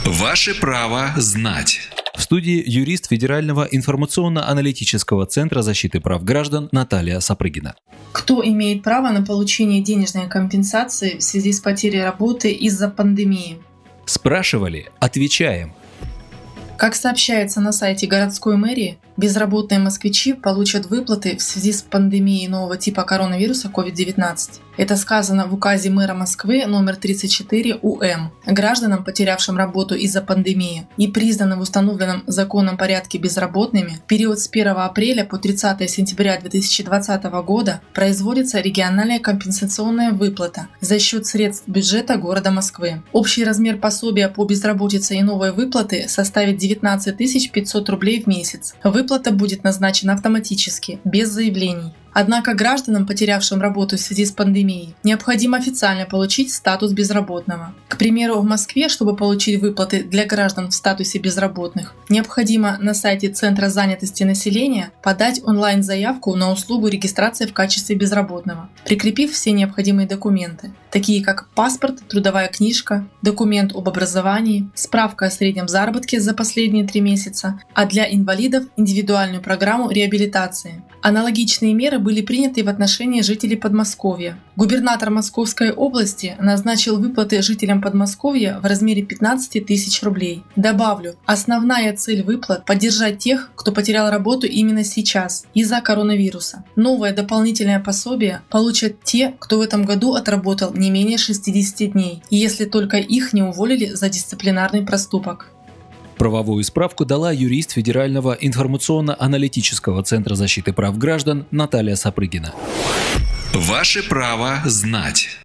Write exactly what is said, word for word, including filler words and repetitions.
Ваше право знать. В студии юрист Федерального информационно-аналитического центра защиты прав граждан Наталья Сапрыгина. Кто имеет право на получение денежной компенсации в связи с потерей работы из-за пандемии? Спрашивали? Отвечаем. Как сообщается на сайте городской мэрии, безработные москвичи получат выплаты в связи с пандемией нового типа коронавируса ковид девятнадцать. Это сказано в указе мэра Москвы номер тридцать четыре У М. Гражданам, потерявшим работу из-за пандемии и признанным в установленном законом порядке безработными, в период с первого апреля по тридцатое сентября две тысячи двадцатого года производится региональная компенсационная выплата за счет средств бюджета города Москвы. Общий размер пособия по безработице и новой выплаты составит девятнадцать тысяч пятьсот рублей в месяц. Выплата будет назначена автоматически, без заявлений. Однако гражданам, потерявшим работу в связи с пандемией, необходимо официально получить статус безработного. К примеру, в Москве, чтобы получить выплаты для граждан в статусе безработных, необходимо на сайте Центра занятости населения подать онлайн-заявку на услугу регистрации в качестве безработного, прикрепив все необходимые документы, такие как паспорт, трудовая книжка, документ об образовании, справка о среднем заработке за последние три месяца, а для инвалидов – индивидуальную программу реабилитации. Аналогичные меры были приняты в отношении жителей Подмосковья. Губернатор Московской области назначил выплаты жителям Подмосковья в размере пятнадцати тысяч рублей. Добавлю, основная цель выплат – поддержать тех, кто потерял работу именно сейчас из-за коронавируса. Новое дополнительное пособие получат те, кто в этом году отработал не менее шестидесяти дней, если только их не уволили за дисциплинарный проступок. Правовую справку дала юрист Федерального информационно-аналитического центра защиты прав граждан Наталья Сапрыгина. Ваше право знать.